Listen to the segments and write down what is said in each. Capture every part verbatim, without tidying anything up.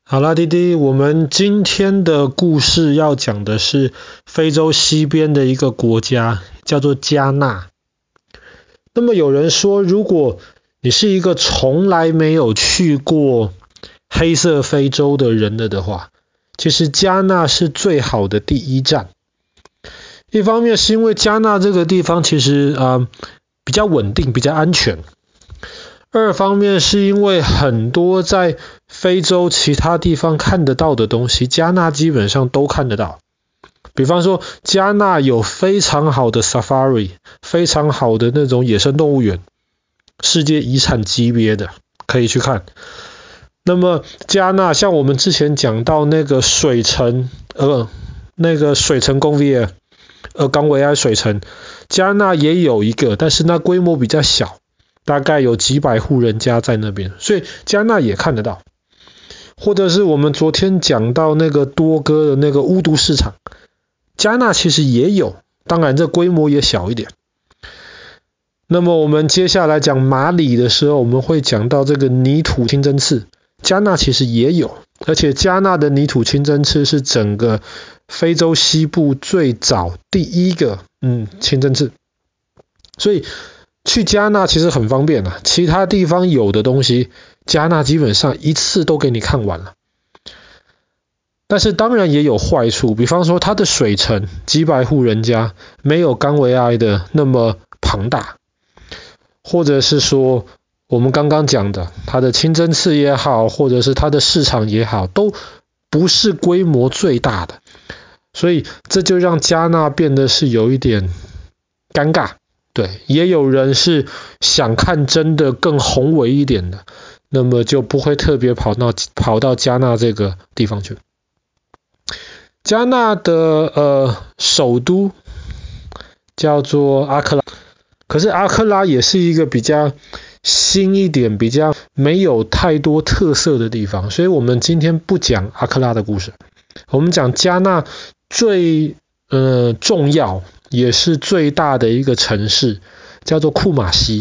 好啦，弟弟，我们今天的故事要讲的是非洲西边的一个国家，叫做加纳。那么有人说，如果你是一个从来没有去过黑色非洲的人了的话，其实加纳是最好的第一站。一方面是因为加纳这个地方其实呃比较稳定，比较安全。二方面是因为很多在非洲其他地方看得到的东西，加纳基本上都看得到。比方说，加纳有非常好的 safari， 非常好的那种野生动物园，世界遗产级别的，可以去看。那么加纳像我们之前讲到那个水城，呃，那个水城公园，呃，冈维埃水城，加纳也有一个，但是那规模比较小。大概有几百户人家在那边，所以加纳也看得到。或者是我们昨天讲到那个多哥的那个巫毒市场，加纳其实也有，当然这规模也小一点。那么我们接下来讲马里的时候，我们会讲到这个泥土清真寺，加纳其实也有，而且加纳的泥土清真寺是整个非洲西部最早第一个嗯清真寺，所以去加纳其实很方便啊，其他地方有的东西，加纳基本上一次都给你看完了。但是当然也有坏处，比方说它的水城几百户人家没有冈维埃的那么庞大，或者是说我们刚刚讲的它的清真寺也好，或者是它的市场也好，都不是规模最大的，所以这就让加纳变得是有一点尴尬。对，也有人是想看真的更宏伟一点的，那么就不会特别跑到跑到加纳这个地方去。加纳的呃首都叫做阿克拉，可是阿克拉也是一个比较新一点、比较没有太多特色的地方，所以我们今天不讲阿克拉的故事，我们讲加纳最呃重要也是最大的一个城市，叫做库马西。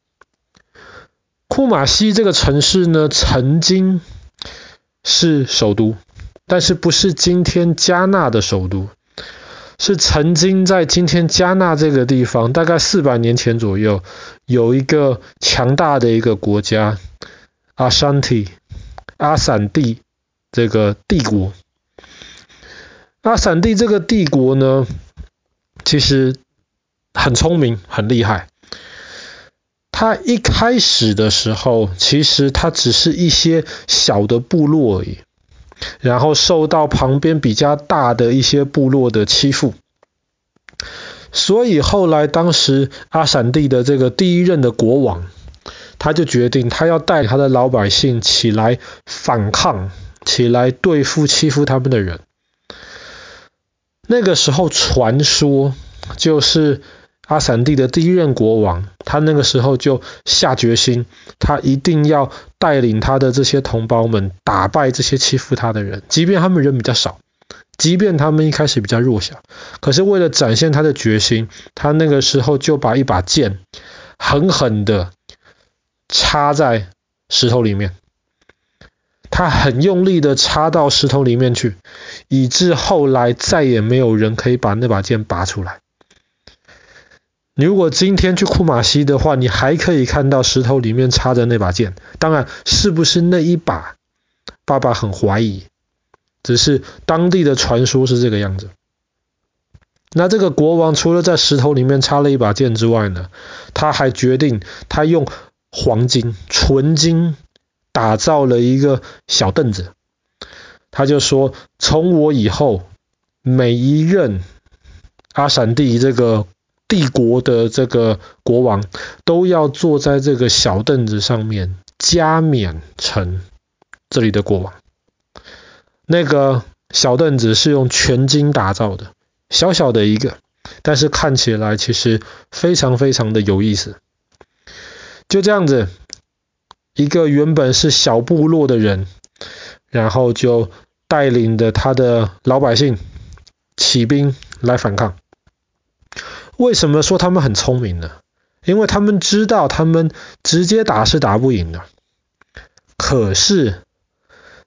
库马西这个城市呢，曾经是首都，但是不是今天加纳的首都，是曾经在今天加纳这个地方，大概四百年前左右，有一个强大的一个国家，阿山提，阿散蒂这个帝国。阿散蒂这个帝国呢，其实很聪明，很厉害。他一开始的时候，其实他只是一些小的部落而已，然后受到旁边比较大的一些部落的欺负。所以后来当时阿散蒂的这个第一任的国王，他就决定他要带他的老百姓起来反抗，起来对付欺负他们的人。那个时候传说就是阿散蒂的第一任国王，他那个时候就下决心，他一定要带领他的这些同胞们打败这些欺负他的人，即便他们人比较少，即便他们一开始比较弱小，可是为了展现他的决心，他那个时候就把一把剑狠狠的插在石头里面，他很用力的插到石头里面去，以致后来再也没有人可以把那把剑拔出来。你如果今天去库马西的话，你还可以看到石头里面插着那把剑，当然是不是那一把，爸爸很怀疑，只是当地的传说是这个样子。那这个国王除了在石头里面插了一把剑之外呢，他还决定他用黄金纯金打造了一个小凳子，他就说从我以后每一任阿闪蒂这个帝国的这个国王都要坐在这个小凳子上面加冕成这里的国王。那个小凳子是用全金打造的，小小的一个，但是看起来其实非常非常的有意思。就这样子，一个原本是小部落的人，然后就带领着他的老百姓起兵来反抗。为什么说他们很聪明呢？因为他们知道他们直接打是打不赢的，可是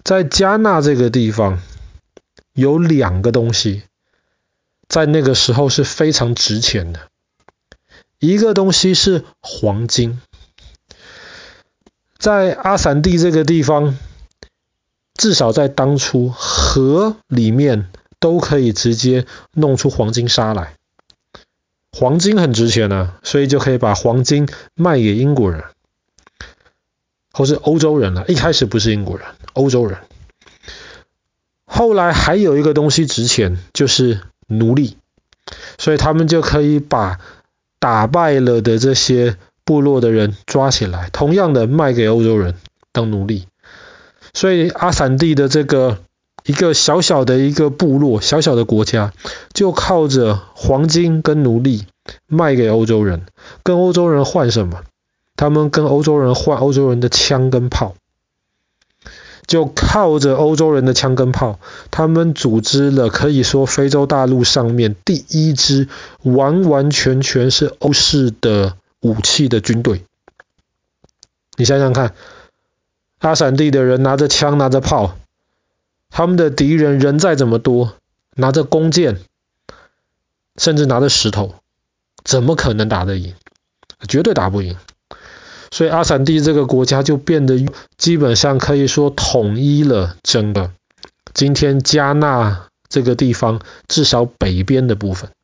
在加纳这个地方有两个东西在那个时候是非常值钱的。一个东西是黄金，在阿散蒂这个地方，至少在当初河里面都可以直接弄出黄金沙来。黄金很值钱啊，所以就可以把黄金卖给英国人，或是欧洲人了、啊。一开始不是英国人，欧洲人。后来还有一个东西值钱，就是奴隶，所以他们就可以把打败了的这些部落的人抓起来，同样的卖给欧洲人当奴隶。所以阿散蒂的这个一个小小的一个部落，小小的国家，就靠着黄金跟奴隶卖给欧洲人。跟欧洲人换什么？他们跟欧洲人换欧洲人的枪跟炮。就靠着欧洲人的枪跟炮，他们组织了可以说非洲大陆上面第一支完完全全是欧式的武器的军队。你想想看，阿散蒂的人拿着枪拿着炮，他们的敌人人再怎么多，拿着弓箭甚至拿着石头，怎么可能打得赢？绝对打不赢。所以阿散蒂这个国家就变得基本上可以说统一了整个今天加纳这个地方至少北边的部分。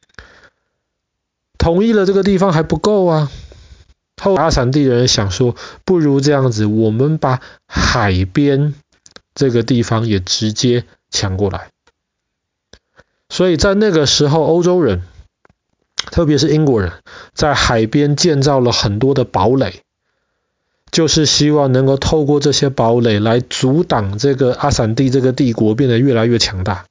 统一了这个地方还不够啊，后来阿散蒂的人想说，不如这样子，我们把海边这个地方也直接抢过来。所以在那个时候，欧洲人特别是英国人在海边建造了很多的堡垒，就是希望能够透过这些堡垒来阻挡这个阿散蒂这个帝国变得越来越强大。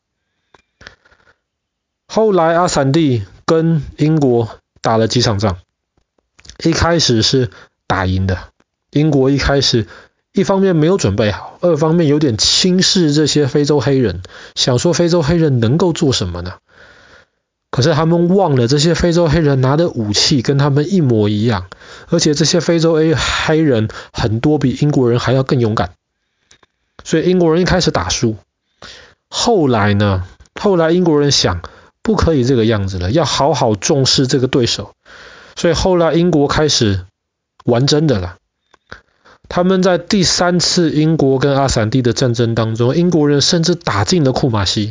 后来阿散蒂跟英国打了几场仗，一开始是打赢的。英国一开始一方面没有准备好，二方面有点轻视这些非洲黑人，想说非洲黑人能够做什么呢？可是他们忘了这些非洲黑人拿的武器跟他们一模一样，而且这些非洲黑人很多比英国人还要更勇敢，所以英国人一开始打输。后来呢，后来英国人想不可以这个样子了，要好好重视这个对手，所以后来英国开始玩真的了。他们在第三次英国跟阿散蒂的战争当中，英国人甚至打进了库马西，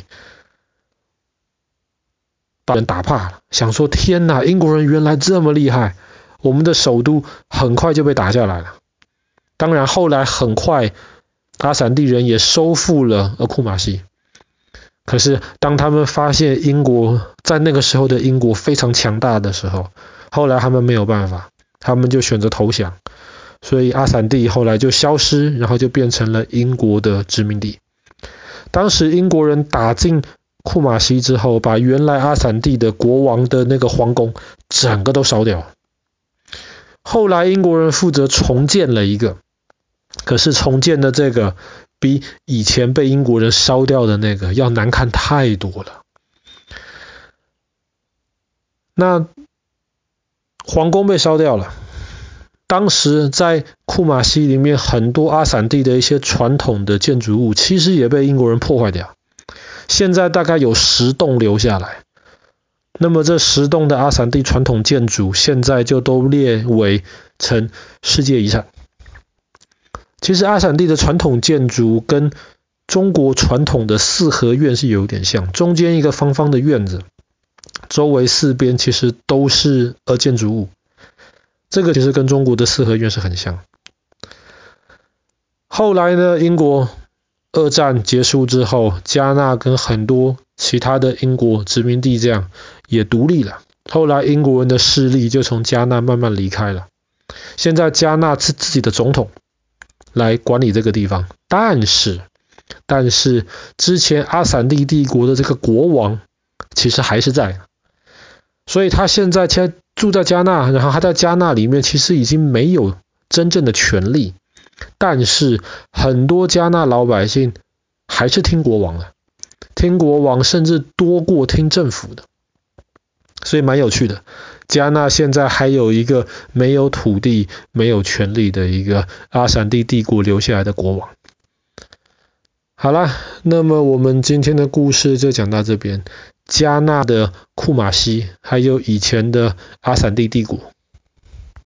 把人打怕了，想说天哪，英国人原来这么厉害，我们的首都很快就被打下来了。当然后来很快阿散蒂人也收复了库马西，可是当他们发现英国在那个时候的英国非常强大的时候，后来他们没有办法，他们就选择投降，所以阿散蒂后来就消失，然后就变成了英国的殖民地。当时英国人打进库马西之后，把原来阿散蒂的国王的那个皇宫整个都烧掉。后来英国人负责重建了一个，可是重建的这个比以前被英国人烧掉的那个要难看太多了。那皇宫被烧掉了，当时在库马西里面很多阿散蒂的一些传统的建筑物其实也被英国人破坏掉，现在大概有十栋留下来。那么这十栋的阿散蒂传统建筑现在就都列为成世界遗产。其实阿散蒂的传统建筑跟中国传统的四合院是有点像，中间一个方方的院子，周围四边其实都是呃建筑物，这个其实跟中国的四合院是很像。后来呢，英国二战结束之后，加纳跟很多其他的英国殖民地这样也独立了，后来英国人的势力就从加纳慢慢离开了，现在加纳是自己的总统来管理这个地方，但是但是之前阿散蒂帝国的这个国王其实还是在，所以他现在住在加纳，然后他在加纳里面其实已经没有真正的权利，但是很多加纳老百姓还是听国王的，听国王甚至多过听政府的，所以蛮有趣的。加纳现在还有一个没有土地没有权利的一个阿散蒂帝国留下来的国王。 好啦，那么我们今天的故事就讲到这边。加纳的库马西，还有以前的阿散蒂帝国。